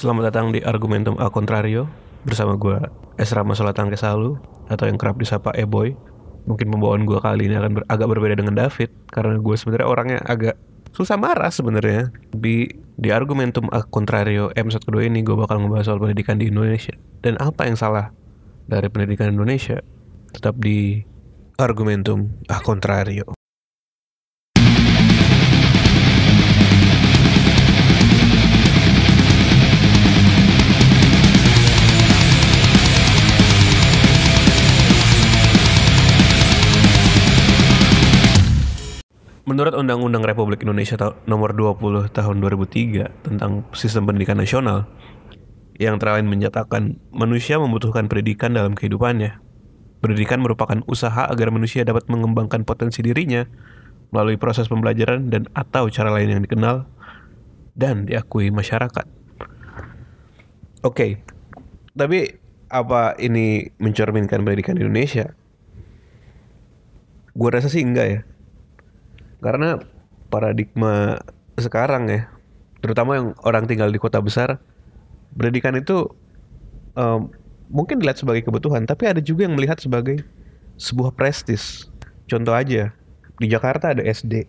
Selamat datang di Argumentum A Contrario bersama gue Esra Masolatang Kesalu atau yang kerap disapa E-Boy. Mungkin pembawaan gue kali ini akan agak berbeda dengan David karena gue sebenarnya orangnya agak susah marah sebenarnya. Di Argumentum A Contrario episode kedua ini gue bakal ngebahas soal pendidikan di Indonesia dan apa yang salah dari pendidikan Indonesia. Tetap di Argumentum A Contrario. Menurut Undang-Undang Republik Indonesia Nomor 20 Tahun 2003 tentang Sistem Pendidikan Nasional, yang terakhir menyatakan manusia membutuhkan pendidikan dalam kehidupannya. Pendidikan merupakan usaha agar manusia dapat mengembangkan potensi dirinya melalui proses pembelajaran dan atau cara lain yang dikenal dan diakui masyarakat. Oke, tapi apa ini mencerminkan pendidikan di Indonesia? Gue rasa sih enggak ya. Karena paradigma sekarang ya, terutama yang orang tinggal di kota besar, pendidikan itu mungkin dilihat sebagai kebutuhan, tapi ada juga yang melihat sebagai sebuah prestis. Contoh aja, di Jakarta ada SD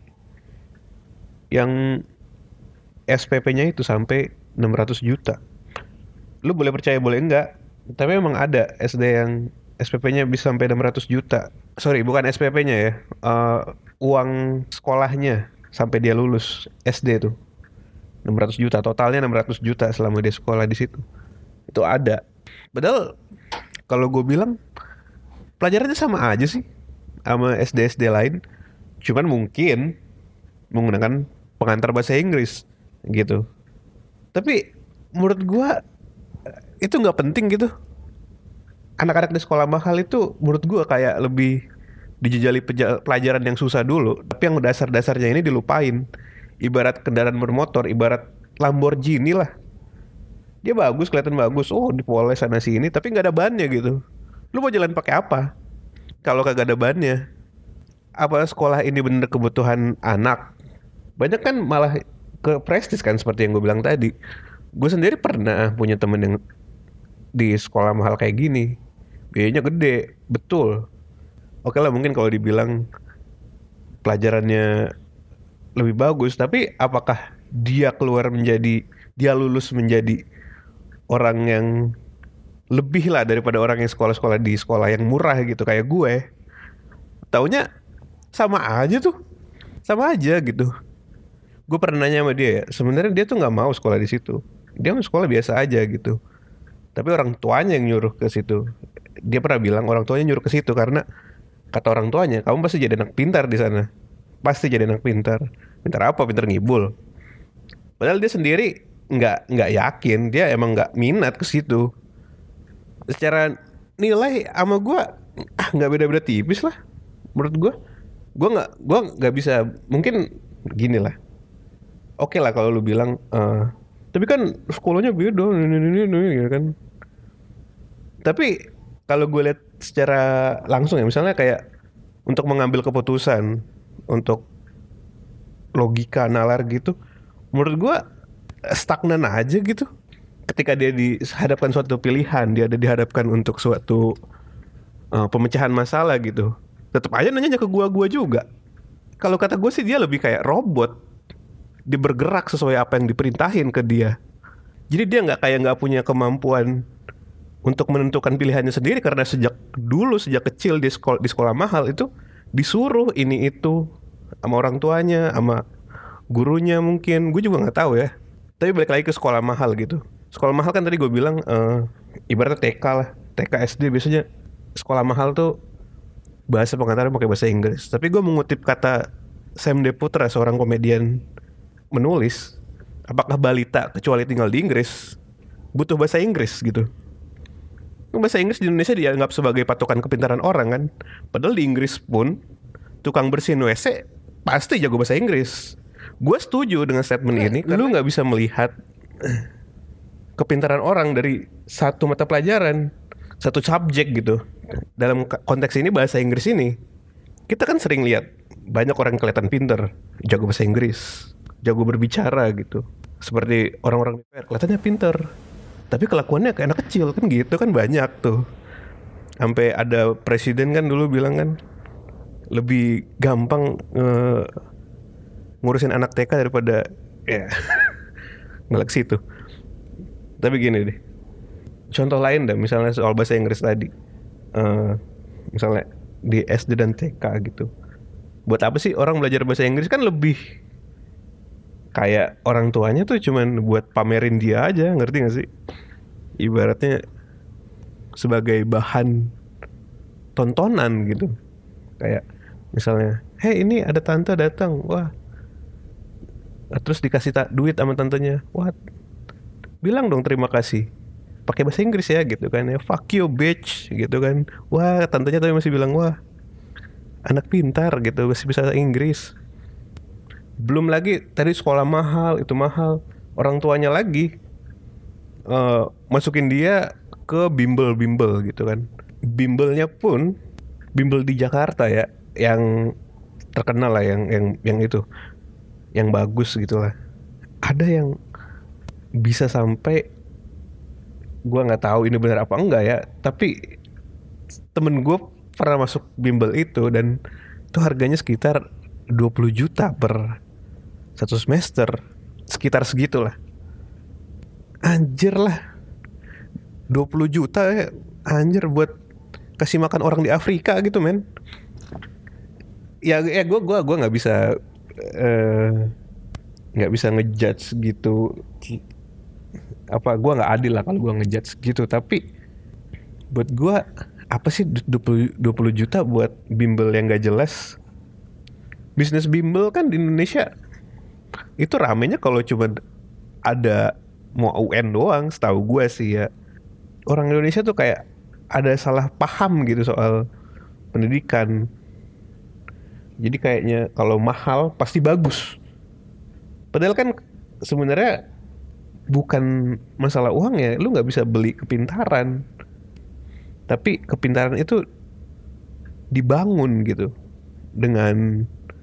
yang SPP-nya itu sampai 600 juta. Lu boleh percaya boleh enggak, tapi memang ada SD yang SPP-nya bisa sampai 600 juta. Sorry, bukan SPP-nya ya. Uang sekolahnya sampai dia lulus SD tuh 600 juta, totalnya 600 juta selama dia sekolah di situ. Itu ada. Padahal kalau gue bilang pelajarannya sama aja sih sama SD-SD lain. Cuman mungkin menggunakan pengantar bahasa Inggris gitu. Tapi menurut gue itu nggak penting gitu. Anak-anak di sekolah mahal itu menurut gue kayak lebih dijejali pelajaran yang susah dulu, tapi yang dasar-dasarnya ini dilupain. Ibarat kendaraan bermotor, ibarat Lamborghini lah. Dia bagus, kelihatan bagus, dipoles sana sini, tapi nggak ada bannya gitu. Lu mau jalan pakai apa kalau kagak ada bannya? Apa sekolah ini bener kebutuhan anak? Banyak kan malah ke prestis kan, seperti yang gue bilang tadi. Gue sendiri pernah punya temen yang di sekolah mahal kayak gini, biayanya gede, betul. Oke lah, mungkin kalau dibilang pelajarannya lebih bagus, tapi apakah dia lulus menjadi orang yang lebih lah daripada orang yang sekolah-sekolah di sekolah yang murah gitu kayak gue? Taunya sama aja tuh, sama aja gitu. Gue pernah nanya sama dia ya, sebenarnya dia tuh nggak mau sekolah di situ, dia mau sekolah biasa aja gitu. Tapi orang tuanya yang nyuruh ke situ. Dia pernah bilang orang tuanya nyuruh ke situ karena kata orang tuanya, kamu pasti jadi anak pintar di sana. Pasti jadi anak pintar. Pintar apa? Pintar ngibul. Padahal dia sendiri nggak yakin, dia emang nggak minat ke situ. Secara nilai sama gue nggak beda-beda tipis lah. Menurut gue nggak bisa. Mungkin gini lah. Oke lah kalau lu bilang, tapi kan sekolahnya beda, ya kan. Tapi kalau gue lihat secara langsung ya, misalnya kayak untuk mengambil keputusan, untuk logika, nalar gitu, menurut gue stagnan aja gitu. Ketika dia dihadapkan suatu pilihan, dia ada dihadapkan untuk suatu pemecahan masalah gitu, tetap aja nanya ke gua juga. Kalau kata gue sih dia lebih kayak robot, dia bergerak sesuai apa yang diperintahin ke dia. Jadi dia nggak punya kemampuan untuk menentukan pilihannya sendiri karena sejak kecil di sekolah mahal itu disuruh ini itu sama orang tuanya, sama gurunya mungkin. Gue juga nggak tahu ya. Tapi balik lagi ke sekolah mahal gitu. Sekolah mahal kan tadi gue bilang ibaratnya TK lah, TK SD biasanya sekolah mahal tuh bahasa pengantarnya pakai bahasa Inggris. Tapi gue mengutip kata Sam De Putra, seorang komedian menulis, apakah balita kecuali tinggal di Inggris butuh bahasa Inggris gitu? Bahasa Inggris di Indonesia dianggap sebagai patokan kepintaran orang kan. Padahal di Inggris pun tukang bersihin WC pasti jago bahasa Inggris. Gue setuju dengan statement ini. Lu gak bisa melihat kepintaran orang dari satu mata pelajaran, satu subjek gitu. Dalam konteks ini bahasa Inggris ini, kita kan sering lihat banyak orang yang kelihatan pinter, jago bahasa Inggris, jago berbicara gitu. Seperti orang-orang DPR kelihatannya pinter, Tapi kelakuannya kayak anak kecil kan gitu kan, banyak tuh. Sampai ada presiden kan dulu bilang kan lebih gampang ngurusin anak TK daripada ya ngelak situ. Tapi gini deh, contoh lain dah, misalnya soal bahasa Inggris tadi. Misalnya di SD dan TK gitu. Buat apa sih orang belajar bahasa Inggris? Kan lebih kayak orang tuanya tuh cuman buat pamerin dia aja, ngerti gak sih? Ibaratnya sebagai bahan tontonan gitu. Kayak misalnya, hey ini ada tante datang, wah. Terus dikasih duit sama tantenya, wah bilang dong terima kasih. Pakai bahasa Inggris ya gitu kan ya, fuck you bitch gitu kan. Wah tantenya tapi masih bilang, wah anak pintar gitu, masih bisa Inggris. Belum lagi tadi sekolah mahal, itu mahal. Orang tuanya lagi masukin dia ke bimbel-bimbel gitu kan. Bimbelnya pun bimbel di Jakarta ya, yang terkenal lah, yang itu, yang bagus gitulah. Ada yang bisa sampai, gua nggak tahu ini benar apa enggak ya, tapi temen gue pernah masuk bimbel itu dan itu harganya sekitar 20 juta per satu semester, sekitar segitulah. Anjir lah, 20 juta ya, anjir buat kasih makan orang di Afrika gitu men. Ya gue nggak bisa ngejudge gitu, apa gue nggak adil lah kalau gue ngejudge gitu. Tapi buat gue apa sih 20 juta buat bimbel yang gak jelas. Bisnis bimbel kan di Indonesia itu ramenya kalau cuma ada mau UN doang, setahu gue sih ya. Orang Indonesia tuh kayak ada salah paham gitu soal pendidikan. Jadi kayaknya kalau mahal pasti bagus. Padahal kan sebenarnya bukan masalah uang ya, lu nggak bisa beli kepintaran. Tapi kepintaran itu dibangun gitu dengan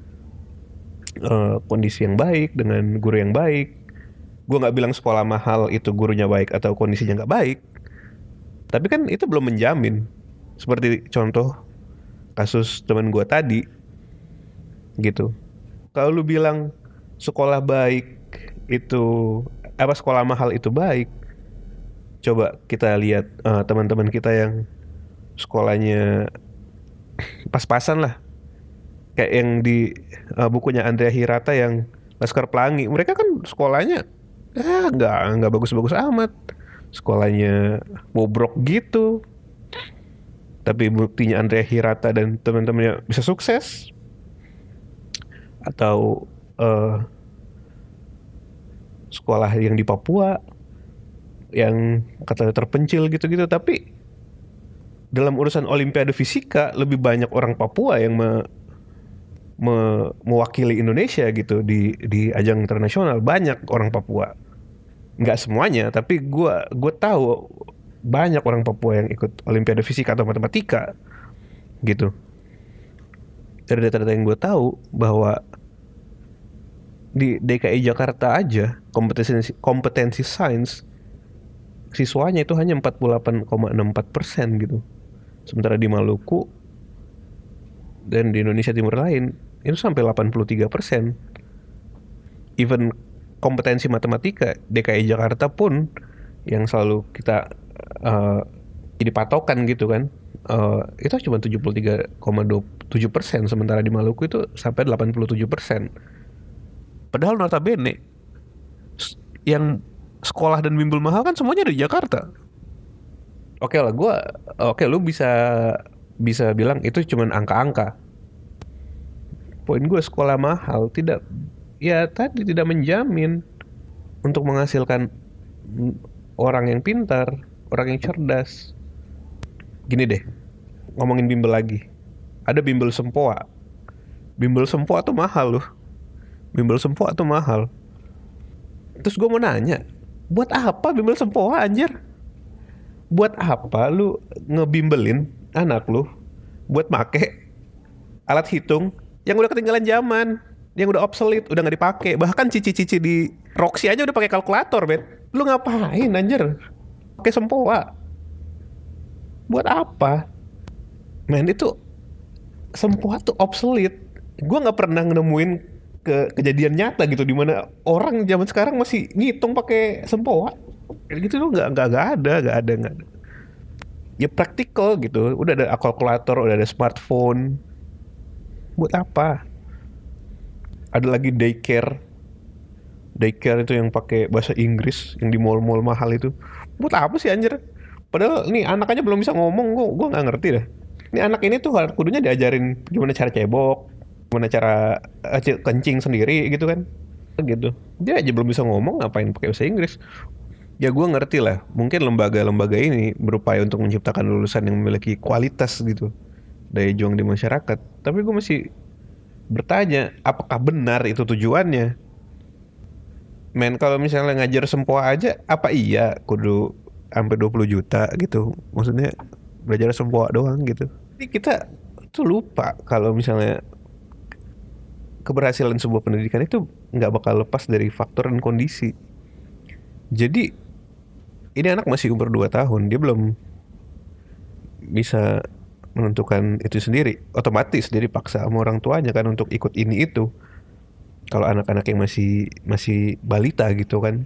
kondisi yang baik, dengan guru yang baik. Gue nggak bilang sekolah mahal itu gurunya baik atau kondisinya nggak baik, tapi kan itu belum menjamin. Seperti contoh kasus teman gue tadi gitu. Kalau lu bilang sekolah baik itu apa, sekolah mahal itu baik, coba kita lihat teman-teman kita yang sekolahnya pas-pasan lah, kayak yang di bukunya Andrea Hirata yang Laskar Pelangi. Mereka kan sekolahnya nggak bagus-bagus amat, sekolahnya bobrok gitu. Tapi buktinya Andrea Hirata dan teman-temannya bisa sukses. Atau sekolah yang di Papua yang katanya terpencil gitu-gitu, tapi dalam urusan Olimpiade Fisika lebih banyak orang Papua yang mewakili Indonesia gitu di ajang internasional. Banyak orang Papua, nggak semuanya, tapi gue tahu banyak orang Papua yang ikut Olimpiade Fisika atau Matematika gitu. Dari data-data yang gue tahu bahwa di DKI Jakarta aja kompetensi sains siswanya itu hanya 48,64% gitu. Sementara di Maluku dan di Indonesia Timur lain itu sampai 83%. Even kompetensi matematika DKI Jakarta pun yang selalu kita jadi patokan gitu kan, itu cuma 73,7%, sementara di Maluku itu sampai 87%. Padahal notabene yang sekolah dan bimbel mahal kan semuanya di Jakarta. Oke lah, lu bisa bilang itu cuman angka-angka. Poin gue, sekolah mahal tidak menjamin untuk menghasilkan orang yang pintar, orang yang cerdas. Gini deh, ngomongin bimbel lagi. Ada bimbel Sempoa. Bimbel Sempoa tuh mahal loh. Bimbel Sempoa tuh mahal. Terus gue mau nanya, buat apa bimbel Sempoa anjir? Buat apa lu ngebimbelin anak lu buat make alat hitung yang udah ketinggalan zaman, yang udah obsolete, udah nggak dipakai. Bahkan cici-cici di Roxy aja udah pakai kalkulator, bet. Lu ngapain anjir? pakai sempoa. Buat apa? Men, itu sempoa tuh obsolete. Gue nggak pernah nemuin kejadian nyata gitu di mana orang zaman sekarang masih ngitung pakai sempoa. Kayak gitu tuh nggak ada. Ya praktikal gitu. Udah ada kalkulator, udah ada smartphone. Buat apa? Ada lagi daycare. Daycare itu yang pakai bahasa Inggris, yang di mall-mall mahal itu. Buat apa sih anjir? Padahal nih anak aja belum bisa ngomong, gua nggak ngerti dah. Ini anak ini tuh kudunya diajarin gimana cara cebok, gimana cara kencing sendiri gitu kan. Gitu. Dia aja belum bisa ngomong, ngapain pakai bahasa Inggris? Ya gua ngerti lah, mungkin lembaga-lembaga ini berupaya untuk menciptakan lulusan yang memiliki kualitas gitu, daya juang di masyarakat. Tapi gue masih bertanya, apakah benar itu tujuannya? Men, kalau misalnya ngajar sempoa aja, apa iya kudu sampai 20 juta gitu? Maksudnya belajar sempoa doang gitu. Jadi kita tuh lupa kalau misalnya keberhasilan sebuah pendidikan itu nggak bakal lepas dari faktor dan kondisi. Jadi ini anak masih umur 2 tahun, dia belum bisa menentukan itu sendiri. Otomatis dia dipaksa sama orang tuanya kan untuk ikut ini itu. Kalau anak-anak yang masih masih balita gitu kan.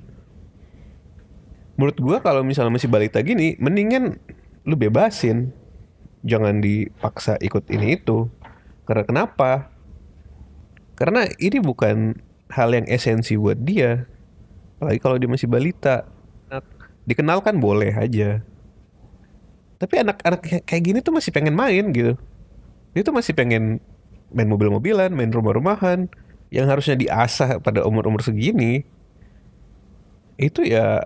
Menurut gua kalau misalnya masih balita gini, mendingan lu bebasin, jangan dipaksa ikut ini itu. Karena kenapa? Karena ini bukan hal yang esensi buat dia. Apalagi kalau dia masih balita. Dikenal kan boleh aja. Tapi anak-anak kayak gini tuh masih pengen main gitu. Dia tuh masih pengen main mobil-mobilan, main rumah-rumahan. Yang harusnya diasah pada umur-umur segini, itu ya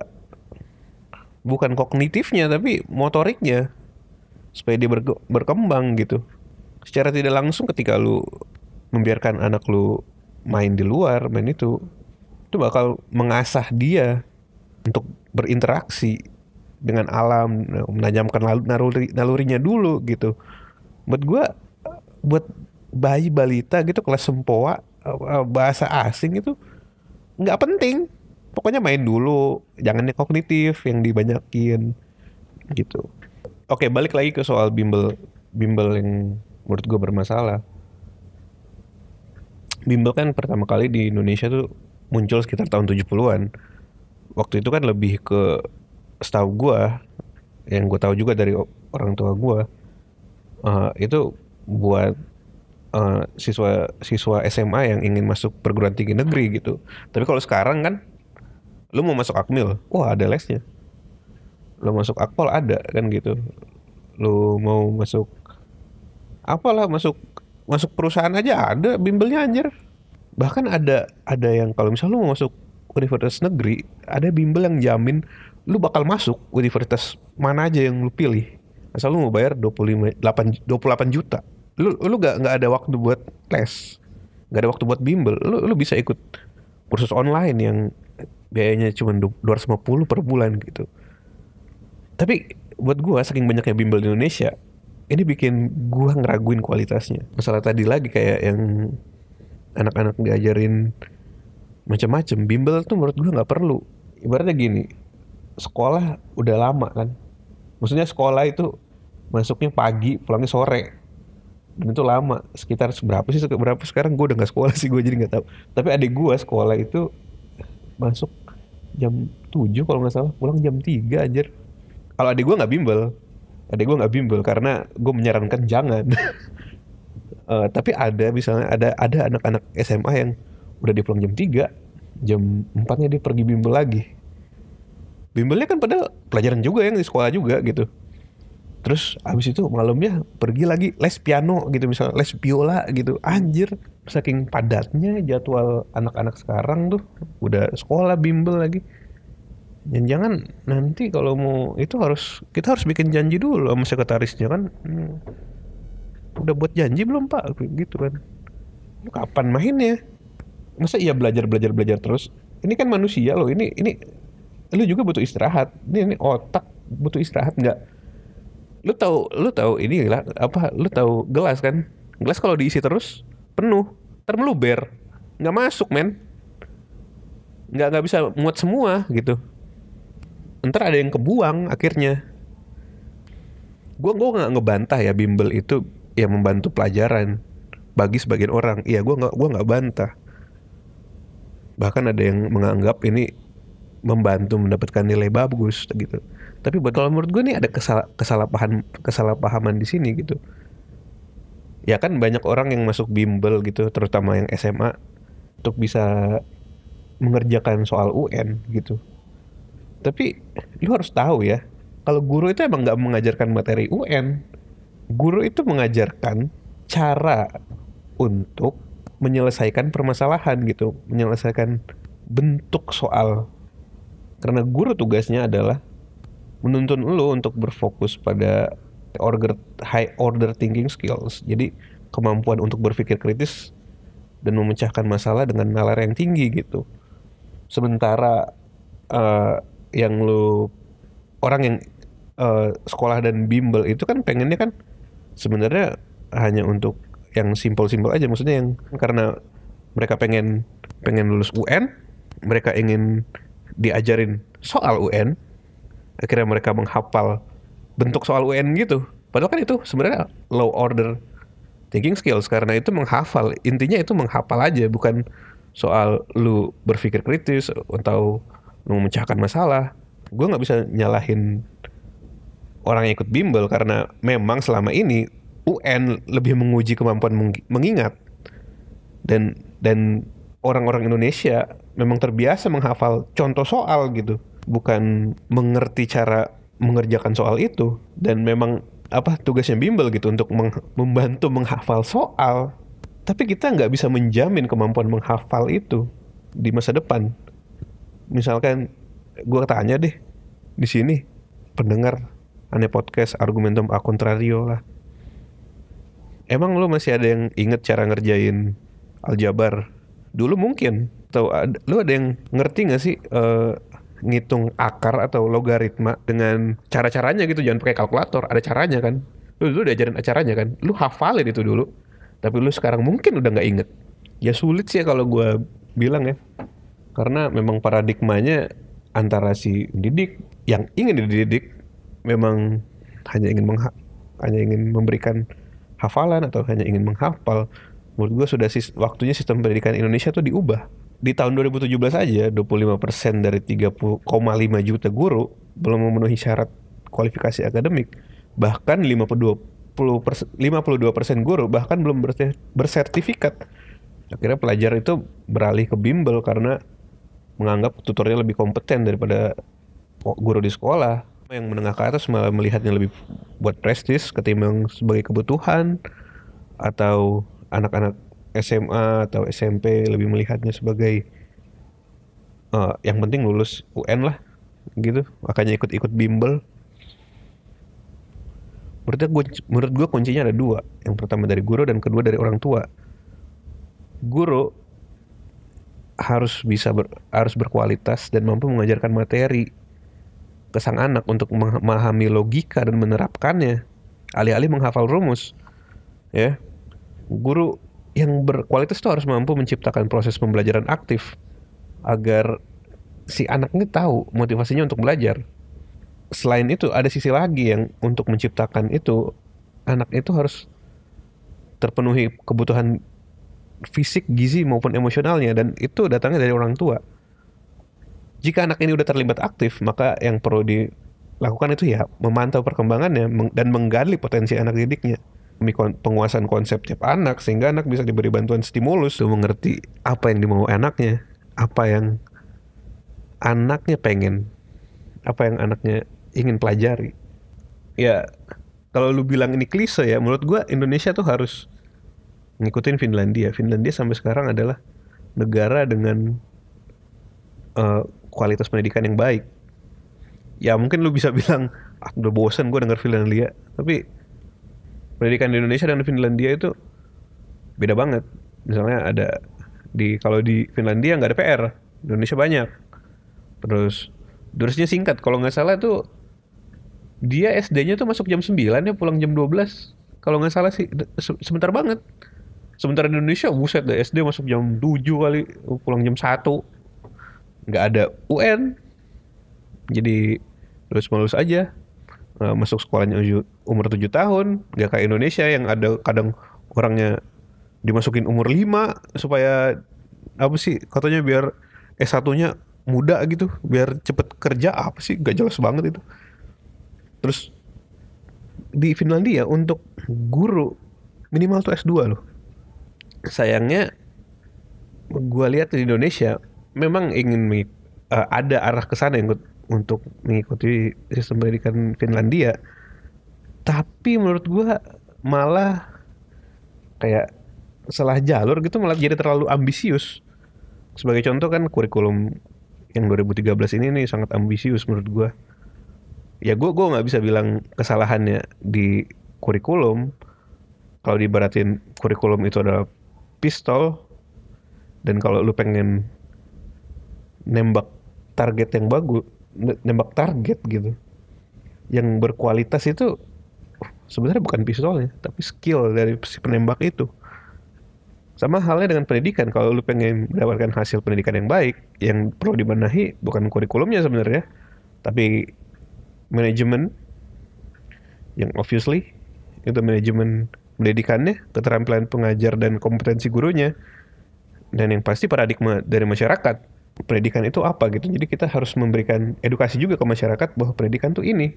bukan kognitifnya tapi motoriknya. Supaya dia berkembang gitu. Secara tidak langsung ketika lu membiarkan anak lu main di luar, main itu bakal mengasah dia untuk berinteraksi dengan alam, menajamkan nalurinya dulu gitu. Buat gua, buat bayi balita gitu kelas sempoa, bahasa asing itu nggak penting. Pokoknya main dulu, jangan yang kognitif yang dibanyakin gitu. Oke, balik lagi ke soal bimbel, bimbel yang menurut gue bermasalah. Bimbel kan pertama kali di Indonesia tuh muncul sekitar tahun 70-an. Waktu itu kan lebih ke, setahu gue, yang gue tahu juga dari orang tua gue, itu buat siswa siswa SMA yang ingin masuk perguruan tinggi negeri gitu. Tapi kalau sekarang kan, lu mau masuk Akmil, wah ada lesnya. Lu masuk Akpol ada kan gitu. Lu mau masuk apalah, masuk masuk perusahaan aja ada bimbelnya anjir. Bahkan ada yang kalau misalnya lu mau masuk universitas negeri, ada bimbel yang jamin lu bakal masuk universitas mana aja yang lu pilih. Asal lu mau bayar 28 juta. Lu gak ada waktu buat les. Gak ada waktu buat bimbel. Lu bisa ikut kursus online yang biayanya cuma 250 per bulan gitu. Tapi buat gua saking banyaknya bimbel di Indonesia, ini bikin gua ngeraguin kualitasnya. Masalah tadi lagi kayak yang anak-anak diajarin macam-macam. Bimbel tuh menurut gua nggak perlu. Ibaratnya gini, sekolah udah lama kan. Maksudnya sekolah itu masuknya pagi, pulangnya sore. Dan itu lama. Sekitar berapa sih? Berapa sekarang gue udah nggak sekolah sih, gue jadi nggak tahu. Tapi adik gue sekolah itu masuk jam 7 kalau nggak salah, pulang jam 3 anjir. Kalau adik gue nggak bimbel. Adik gue nggak bimbel karena gue menyarankan jangan. Tapi ada misalnya ada anak-anak SMA yang udah dia pulang jam 3, jam 4-nya dia pergi bimbel lagi. Bimbelnya kan padahal pelajaran juga yang di sekolah juga gitu. Terus abis itu malamnya pergi lagi les piano gitu, misalnya les biola gitu. Anjir, saking padatnya jadwal anak-anak sekarang tuh udah sekolah bimbel lagi. Jangan nanti kalau mau itu kita harus bikin janji dulu sama sekretarisnya kan. Udah buat janji belum Pak? Gitu kan. Lu kapan mainnya? Masa iya belajar terus? Ini kan manusia loh. Ini lu juga butuh istirahat. Ini otak butuh istirahat nggak? Lu tahu ini lah apa? Lu tahu gelas kan? Gelas kalau diisi terus penuh, termeluber, nggak masuk men, nggak bisa muat semua gitu. ntar ada yang kebuang akhirnya. Gue nggak ngebantah ya bimbel itu ya membantu pelajaran bagi sebagian orang. Iya, gue nggak bantah. Bahkan ada yang menganggap ini membantu mendapatkan nilai bagus gitu. Tapi kalau menurut gue nih ada kesalahpahaman di sini gitu. Ya kan banyak orang yang masuk bimbel gitu, terutama yang SMA, untuk bisa mengerjakan soal UN gitu. Tapi lu harus tahu ya, kalau guru itu emang nggak mengajarkan materi UN. Guru itu mengajarkan cara untuk menyelesaikan permasalahan gitu, menyelesaikan bentuk soal. Karena guru tugasnya adalah menuntun lu untuk berfokus pada high order thinking skills. Jadi kemampuan untuk berpikir kritis dan memecahkan masalah dengan nalar yang tinggi gitu. Sementara uh, yang lu orang yang sekolah dan bimbel itu kan pengennya kan sebenarnya hanya untuk yang simpel-simpel aja, maksudnya yang karena mereka pengen lulus UN, mereka ingin diajarin soal UN, akhirnya mereka menghafal bentuk soal UN gitu. Padahal kan itu sebenarnya low order thinking skills, karena itu menghafal, intinya itu menghafal aja, bukan soal lu berpikir kritis atau lu memecahkan masalah. Gue nggak bisa nyalahin orang yang ikut bimbel karena memang selama ini UN lebih menguji kemampuan mengingat, dan orang-orang Indonesia memang terbiasa menghafal contoh soal gitu, bukan mengerti cara mengerjakan soal itu. Dan memang tugasnya bimbel gitu untuk membantu menghafal soal. Tapi kita nggak bisa menjamin kemampuan menghafal itu di masa depan. Misalkan gue tanya deh di sini pendengar Aneh Podcast Argumentum a Contrario lah, emang lu masih ada yang inget cara ngerjain aljabar dulu mungkin? Atau lu ada yang ngerti gak sih ngitung akar atau logaritma dengan cara-caranya gitu? Jangan pakai kalkulator, ada caranya kan. Lu diajarin acaranya kan, lu hafalin itu dulu. Tapi lu sekarang mungkin udah gak inget. Ya sulit sih kalau gue bilang ya, karena memang paradigmanya antara si pendidik yang ingin dididik memang hanya ingin memberikan hafalan atau hanya ingin menghafal. Menurut gue sudah waktunya sistem pendidikan Indonesia tuh diubah. Di tahun 2017 aja 25% dari 30,5 juta guru belum memenuhi syarat kualifikasi akademik. Bahkan 52% guru bahkan belum bersertifikat. Akhirnya pelajar itu beralih ke bimbel karena menganggap tutornya lebih kompeten daripada guru di sekolah. Yang menengah ke atas malah melihatnya lebih buat prestis ketimbang sebagai kebutuhan, atau anak-anak SMA atau SMP lebih melihatnya sebagai yang penting lulus UN lah gitu, makanya ikut-ikut bimbel. Menurut gue kuncinya ada dua. Yang pertama dari guru dan kedua dari orang tua. Guru harus berkualitas dan mampu mengajarkan materi ke sang anak untuk memahami logika dan menerapkannya, alih-alih menghafal rumus. Ya, guru yang berkualitas itu harus mampu menciptakan proses pembelajaran aktif agar si anak ini tahu motivasinya untuk belajar. Selain itu ada sisi lagi yang untuk menciptakan itu, anak itu harus terpenuhi kebutuhan fisik, gizi maupun emosionalnya, dan itu datangnya dari orang tua. Jika anak ini udah terlibat aktif, maka yang perlu dilakukan itu ya memantau perkembangannya dan menggali potensi anak didiknya. Penguasaan konsep tiap anak sehingga anak bisa diberi bantuan stimulus untuk mengerti apa yang dimau anaknya, apa yang anaknya pengen, apa yang anaknya ingin pelajari. Ya, kalau lu bilang ini klise ya, menurut gua Indonesia tuh harus ngikutin Finlandia. Finlandia sampai sekarang adalah negara dengan kualitas pendidikan yang baik. Ya mungkin lu bisa bilang, udah bosan gue denger Finlandia. Tapi pendidikan di Indonesia dan Finlandia itu beda banget. Misalnya kalau di Finlandia nggak ada PR, di Indonesia banyak. Terus durasinya singkat. Kalau nggak salah tuh dia SD-nya tuh masuk jam 9 ya, pulang jam 12. Kalau nggak salah sih sebentar banget. Sementara di Indonesia buset deh, SD masuk jam 7 kali, pulang jam 1. Nggak ada UN. Jadi lulus aja. Masuk sekolahnya umur 7 tahun, gak kayak Indonesia yang ada kadang orangnya dimasukin umur 5 supaya apa sih katanya biar S1-nya muda gitu, biar cepet kerja, apa sih gak jelas banget itu. Terus di Finlandia untuk guru minimal tuh S2 loh. Sayangnya gua lihat di Indonesia memang ingin ada arah ke sana untuk mengikuti sistem pendidikan Finlandia, tapi menurut gua malah kayak salah jalur gitu, malah jadi terlalu ambisius. Sebagai contoh kan kurikulum yang 2013 ini nih sangat ambisius menurut gua. Ya gua nggak bisa bilang kesalahannya di kurikulum. Kalau diibaratin kurikulum itu adalah pistol, dan kalau lu pengen nembak target yang bagus, nembak target gitu yang berkualitas, itu sebenarnya bukan pistolnya tapi skill dari si penembak itu. Sama halnya dengan pendidikan, kalau lu pengen mendapatkan hasil pendidikan yang baik, yang perlu dibenahi bukan kurikulumnya sebenarnya, tapi manajemen, yang obviously itu manajemen pendidikannya, keterampilan pengajar dan kompetensi gurunya, dan yang pasti paradigma dari masyarakat pendidikan itu apa gitu. Jadi kita harus memberikan edukasi juga ke masyarakat bahwa pendidikan tuh ini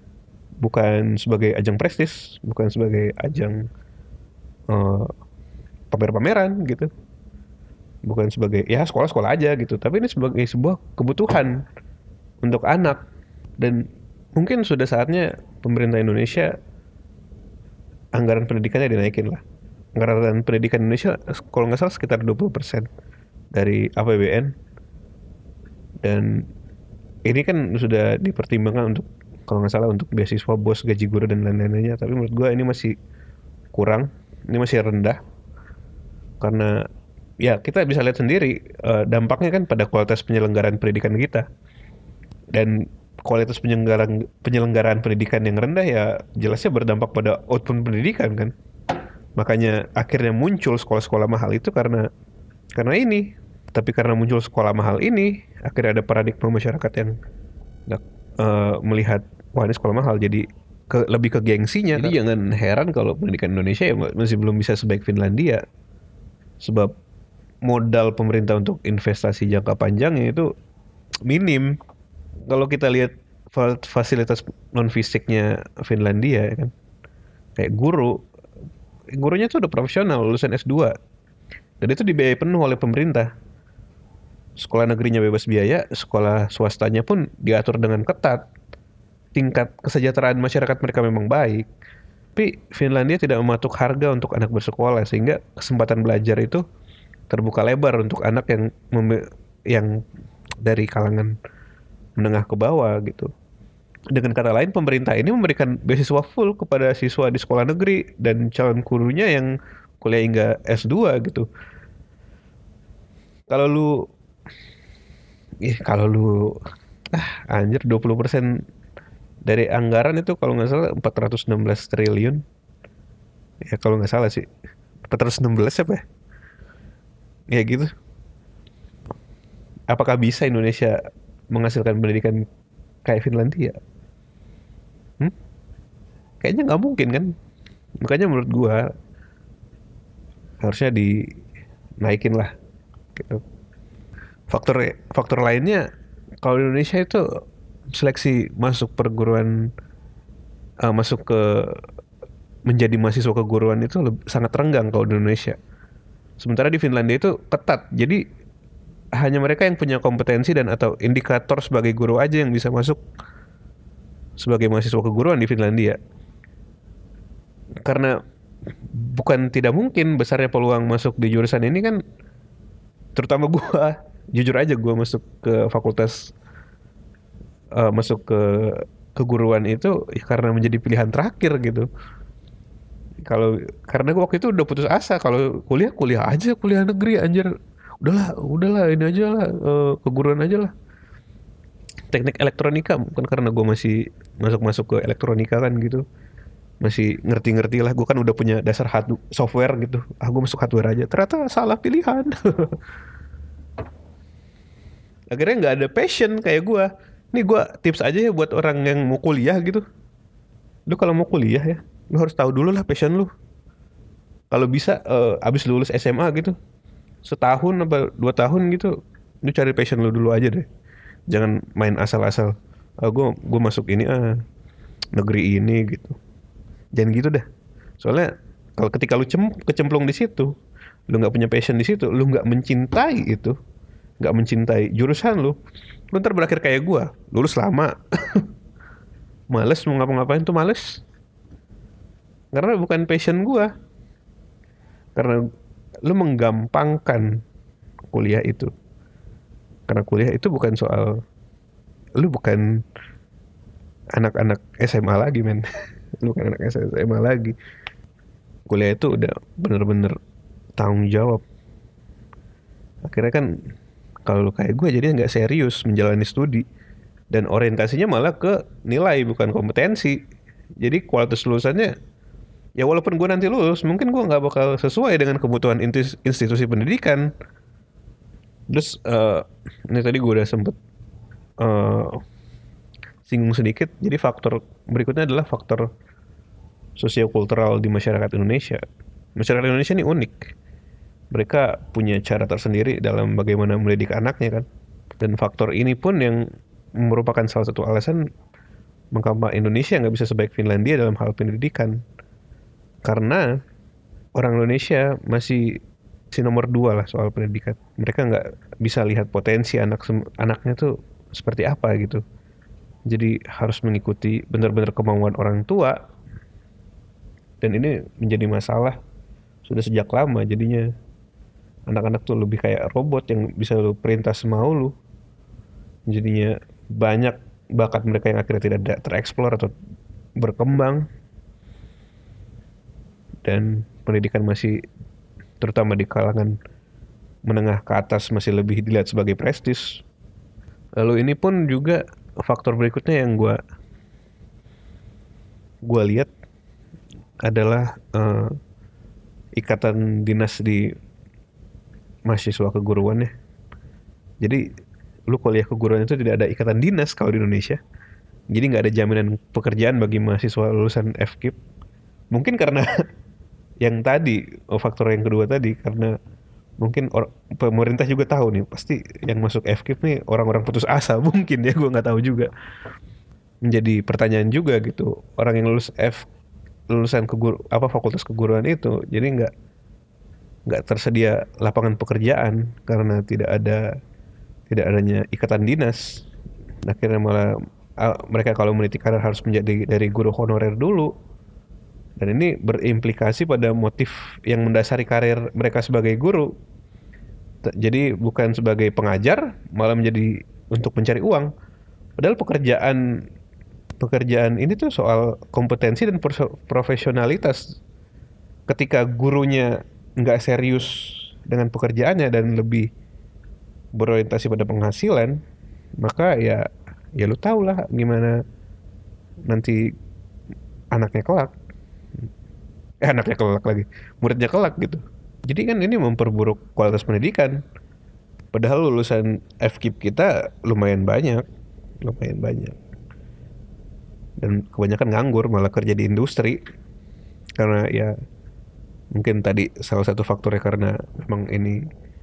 bukan sebagai ajang prestis, bukan sebagai ajang eh, pamer-pameran gitu, bukan sebagai ya sekolah-sekolah aja gitu, tapi ini sebagai sebuah kebutuhan untuk anak. Dan mungkin sudah saatnya pemerintah Indonesia anggaran pendidikannya dinaikin lah. Anggaran pendidikan Indonesia kalau nggak salah sekitar 20% dari APBN, dan ini kan sudah dipertimbangkan untuk kalau nggak salah untuk beasiswa BOS, gaji guru dan lain-lainnya, tapi menurut gue ini masih kurang, ini masih rendah. Karena ya kita bisa lihat sendiri dampaknya kan pada kualitas penyelenggaraan pendidikan kita. Dan kualitas penyelenggaraan pendidikan yang rendah ya jelasnya berdampak pada output pendidikan kan. Makanya akhirnya muncul sekolah-sekolah mahal itu karena ini. Tapi karena muncul sekolah mahal ini, akhirnya ada paradigma masyarakat yang melihat wah ini sekolah mahal, jadi lebih ke gengsinya. Jadi jangan heran kalau pendidikan Indonesia ya masih belum bisa sebaik Finlandia. Sebab modal pemerintah untuk investasi jangka panjangnya itu minim. Kalau kita lihat fasilitas non fisiknya Finlandia ya kan, kayak gurunya tuh udah profesional, lulusan S2, dan itu dibiayai penuh oleh pemerintah. Sekolah negerinya bebas biaya, sekolah swastanya pun diatur dengan ketat. Tingkat kesejahteraan masyarakat mereka memang baik, tapi Finlandia tidak mematok harga untuk anak bersekolah, sehingga kesempatan belajar itu terbuka lebar untuk anak yang dari kalangan menengah ke bawah gitu. Dengan kata lain, pemerintah ini memberikan beasiswa full kepada siswa di sekolah negeri dan calon gurunya yang kuliah hingga S2 gitu. Kalau lu anjir 20% dari anggaran itu kalau nggak salah 416 triliun. Ya kalau nggak salah sih 416 apa ya? Ya gitu. Apakah bisa Indonesia menghasilkan pendidikan kayak Finlandia? Kayaknya nggak mungkin kan. Makanya menurut gua harusnya dinaikin lah gitu. Faktor lainnya, kalau di Indonesia itu seleksi masuk perguruan, masuk ke menjadi mahasiswa keguruan itu sangat renggang kalau di Indonesia. Sementara di Finlandia itu ketat. Jadi hanya mereka yang punya kompetensi dan atau indikator sebagai guru aja yang bisa masuk sebagai mahasiswa keguruan di Finlandia. Karena bukan tidak mungkin besarnya peluang masuk di jurusan ini kan, terutama gua, jujur aja gua masuk ke fakultas, masuk ke keguruan itu ya karena menjadi pilihan terakhir gitu. Karena gua waktu itu udah putus asa, kalau kuliah aja, kuliah negeri anjir. Udahlah ini aja lah, keguruan aja lah. Teknik elektronika, bukan karena gue masih masuk ke elektronika kan gitu, masih ngerti lah, gue kan udah punya dasar software gitu, gue masuk hardware aja, ternyata salah pilihan. Akhirnya nggak ada passion kayak gue, Nih gue tips aja ya buat orang yang mau kuliah gitu. Lu kalau mau kuliah ya, lu harus tahu dulu lah passion lu. Kalau bisa abis lulus SMA gitu, setahun apa 2 tahun gitu, lu cari passion lu dulu aja deh. Jangan main asal-asal. Gue masuk ini negeri ini gitu. Jangan gitu dah. Soalnya kalau ketika lu kecemplung di situ, lu nggak punya passion di situ, lu nggak mencintai itu, nggak mencintai jurusan lu ntar berakhir kayak gua, lulus lama, males mau ngapa-ngapain tuh males, karena bukan passion gua, karena lu menggampangkan kuliah itu, karena kuliah itu bukan soal, lu bukan anak-anak SMA lagi men, lu bukan anak SMA lagi, kuliah itu udah bener-bener tanggung jawab. Akhirnya kan kalau lu kayak gue jadi nggak serius menjalani studi dan orientasinya malah ke nilai bukan kompetensi. Jadi kualitas lulusannya ya walaupun gue nanti lulus mungkin gue nggak bakal sesuai dengan kebutuhan institusi pendidikan. Terus ini tadi gue udah sempet uh, singgung sedikit. Jadi faktor berikutnya adalah faktor sosiokultural di masyarakat Indonesia. Masyarakat Indonesia ini unik. Mereka punya cara tersendiri dalam bagaimana mendidik anaknya kan. Dan faktor ini pun yang merupakan salah satu alasan mengapa Indonesia nggak bisa sebaik Finlandia dalam hal pendidikan. Karena orang Indonesia masih si nomor 2 lah soal pendidikan. Mereka nggak bisa lihat potensi anaknya tuh seperti apa gitu. Jadi harus mengikuti benar-benar kemauan orang tua. Dan ini menjadi masalah sudah sejak lama jadinya. Anak-anak tuh lebih kayak robot yang bisa lu perintah semau lu. Jadinya banyak bakat mereka yang akhirnya tidak tereksplor atau berkembang. Dan pendidikan masih terutama di kalangan menengah ke atas masih lebih dilihat sebagai prestis. Lalu ini pun juga faktor berikutnya yang gua lihat adalah ikatan dinas di mahasiswa keguruan ya. Jadi lu kuliah keguruan itu tidak ada ikatan dinas kalau di Indonesia. Jadi nggak ada jaminan pekerjaan bagi mahasiswa lulusan FKIP. Mungkin karena yang tadi, faktor yang kedua tadi, karena mungkin pemerintah juga tahu nih, pasti yang masuk FKIP nih orang-orang putus asa mungkin ya, gue nggak tahu juga. Menjadi pertanyaan juga gitu, orang yang lulusan fakultas keguruan itu, jadi nggak tersedia lapangan pekerjaan karena tidak adanya ikatan dinas. Akhirnya malah mereka kalau meniti karir harus menjadi dari guru honorer dulu. Dan ini berimplikasi pada motif yang mendasari karir mereka sebagai guru. Jadi bukan sebagai pengajar, malah menjadi untuk mencari uang. Padahal pekerjaan ini tuh soal kompetensi dan profesionalitas. Ketika gurunya nggak serius dengan pekerjaannya dan lebih berorientasi pada penghasilan, maka ya lu tau lah gimana nanti anaknya kelak. Anaknya kelak lagi, muridnya kelak gitu. Jadi kan ini memperburuk kualitas pendidikan. Padahal lulusan FKIP kita lumayan banyak. Dan kebanyakan nganggur malah kerja di industri. Karena ya mungkin tadi salah satu faktornya karena memang ini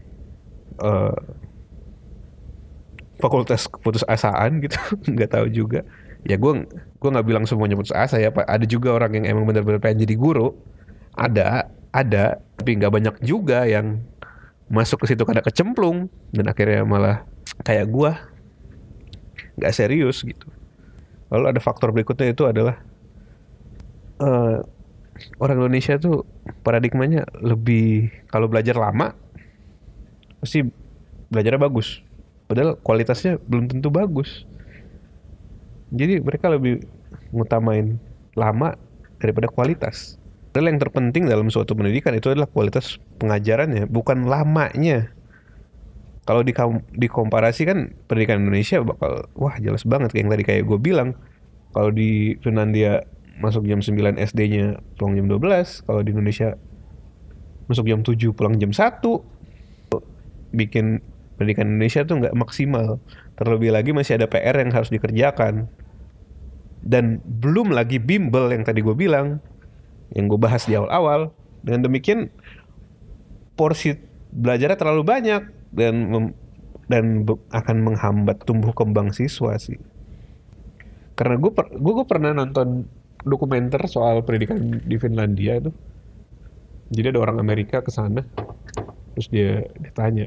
fakultas putus asaan gitu, nggak tahu juga. Ya gue nggak bilang semuanya putus asa ya, Pak. Ada juga orang yang emang benar-benar pengen jadi guru. Ada, tapi nggak banyak juga yang masuk ke situ karena kecemplung dan akhirnya malah kayak gue nggak serius gitu. Lalu ada faktor berikutnya itu adalah uh, orang Indonesia tuh paradigmanya lebih kalau belajar lama pasti belajarnya bagus. Padahal kualitasnya belum tentu bagus. Jadi mereka lebih ngutamain lama daripada kualitas. Padahal yang terpenting dalam suatu pendidikan itu adalah kualitas pengajarannya, bukan lamanya. Kalau dikomparasi kan pendidikan Indonesia bakal wah jelas banget kayak yang tadi kayak gue bilang. Kalau di Finlandia masuk jam 9 SD-nya pulang jam 12, kalau di Indonesia masuk jam 7 pulang jam 1. Bikin pendidikan Indonesia tuh nggak maksimal. Terlebih lagi masih ada PR yang harus dikerjakan. Dan belum lagi bimbel yang tadi gue bilang, yang gue bahas di awal-awal. Dengan demikian porsi belajarnya terlalu banyak dan akan menghambat tumbuh kembang siswa sih. Karena gue pernah nonton dokumenter soal pendidikan di Finlandia itu. Jadi ada orang Amerika ke sana, terus dia ditanya,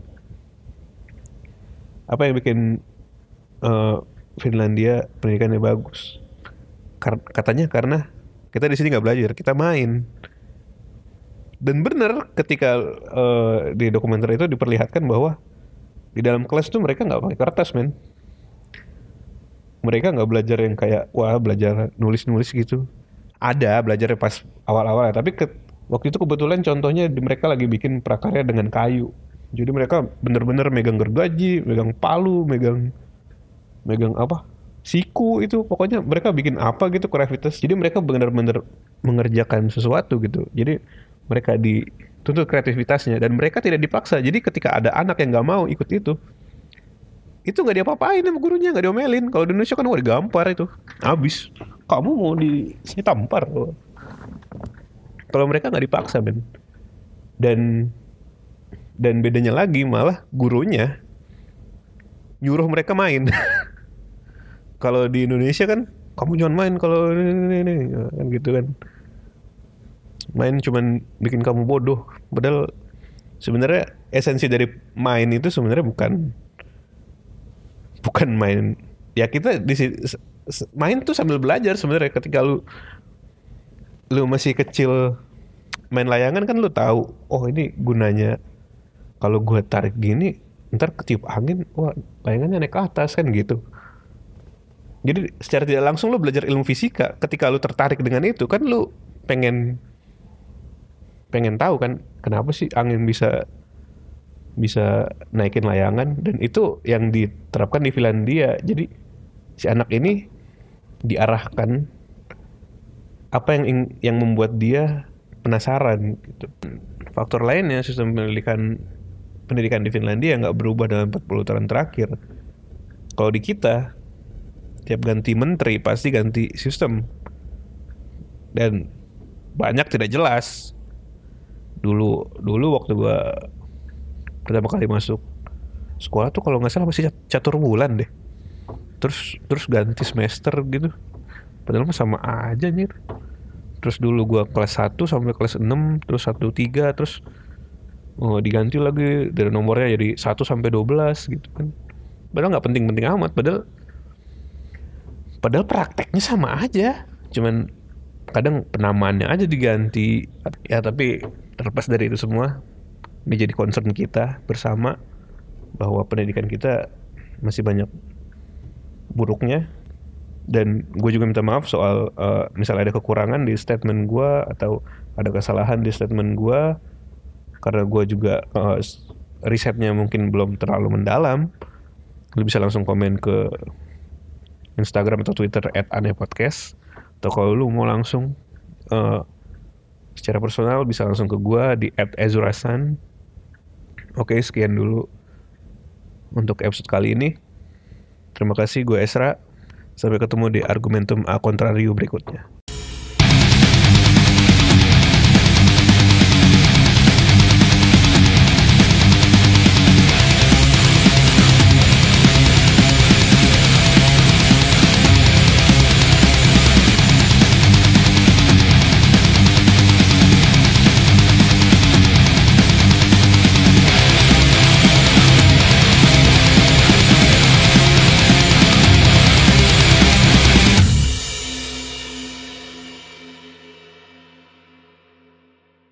apa yang bikin Finlandia pendidikannya bagus? Katanya karena kita di sini nggak belajar, kita main. Dan benar ketika di dokumenter itu diperlihatkan bahwa di dalam kelas tuh mereka nggak pakai kertas, men. Mereka nggak belajar yang kayak wah belajar nulis-nulis gitu. Ada belajarnya pas awal-awal ya, tapi waktu itu kebetulan contohnya mereka lagi bikin prakarya dengan kayu. Jadi mereka bener-bener megang gergaji, megang palu, megang apa? Siku itu. Pokoknya mereka bikin apa gitu kreativitas. Jadi mereka bener-bener mengerjakan sesuatu gitu. Jadi mereka dituntut kreativitasnya dan mereka tidak dipaksa. Jadi ketika ada anak yang nggak mau ikut itu nggak diapa-apain sama gurunya, nggak diomelin. Kalau di Indonesia kan digampar itu, habis. Kamu mau ditampar. Kalau mereka nggak dipaksa, men. Dan bedanya lagi malah gurunya nyuruh mereka main. Kalau di Indonesia kan kamu jangan main kalau ini kan gitu kan. Main cuman bikin kamu bodoh. Padahal sebenarnya esensi dari main itu sebenarnya bukan main. Ya kita main tuh sambil belajar sebenarnya. Ketika lu masih kecil main layangan kan lu tahu, oh ini gunanya kalau gue tarik gini ntar ketiup angin, wah layangannya naik ke atas kan gitu. Jadi secara tidak langsung lu belajar ilmu fisika. Ketika lu tertarik dengan itu kan lu pengen tahu kan kenapa sih angin bisa naikin layangan, dan itu yang diterapkan di Finlandia. Jadi si anak ini diarahkan apa yang membuat dia penasaran gitu. Faktor lainnya sistem pendidikan di Finlandia nggak berubah dalam 40 tahun terakhir. Kalau di kita tiap ganti menteri pasti ganti sistem dan banyak tidak jelas. Dulu waktu gua pertama kali masuk sekolah tuh kalau nggak salah masih catur bulan deh. Terus ganti semester gitu. Padahal mah sama aja nih. Terus dulu gua kelas 1 sampai kelas 6, terus 1 3, terus diganti lagi dari nomornya jadi 1 sampai 12 gitu kan. Padahal nggak penting-penting amat, padahal prakteknya sama aja. Cuman kadang penamaannya aja diganti. Ya tapi terlepas dari itu semua, ini jadi concern kita bersama bahwa pendidikan kita masih banyak buruknya. Dan gue juga minta maaf soal misalnya ada kekurangan di statement gue atau ada kesalahan di statement gue, karena gue juga risetnya mungkin belum terlalu mendalam. Lu bisa langsung komen ke Instagram atau Twitter @anehpodcast, atau kalau lu mau langsung secara personal bisa langsung ke gue di @ezurasan. Oke, sekian dulu untuk episode kali ini. Terima kasih, gue Esra. Sampai ketemu di Argumentum A Contrario berikutnya.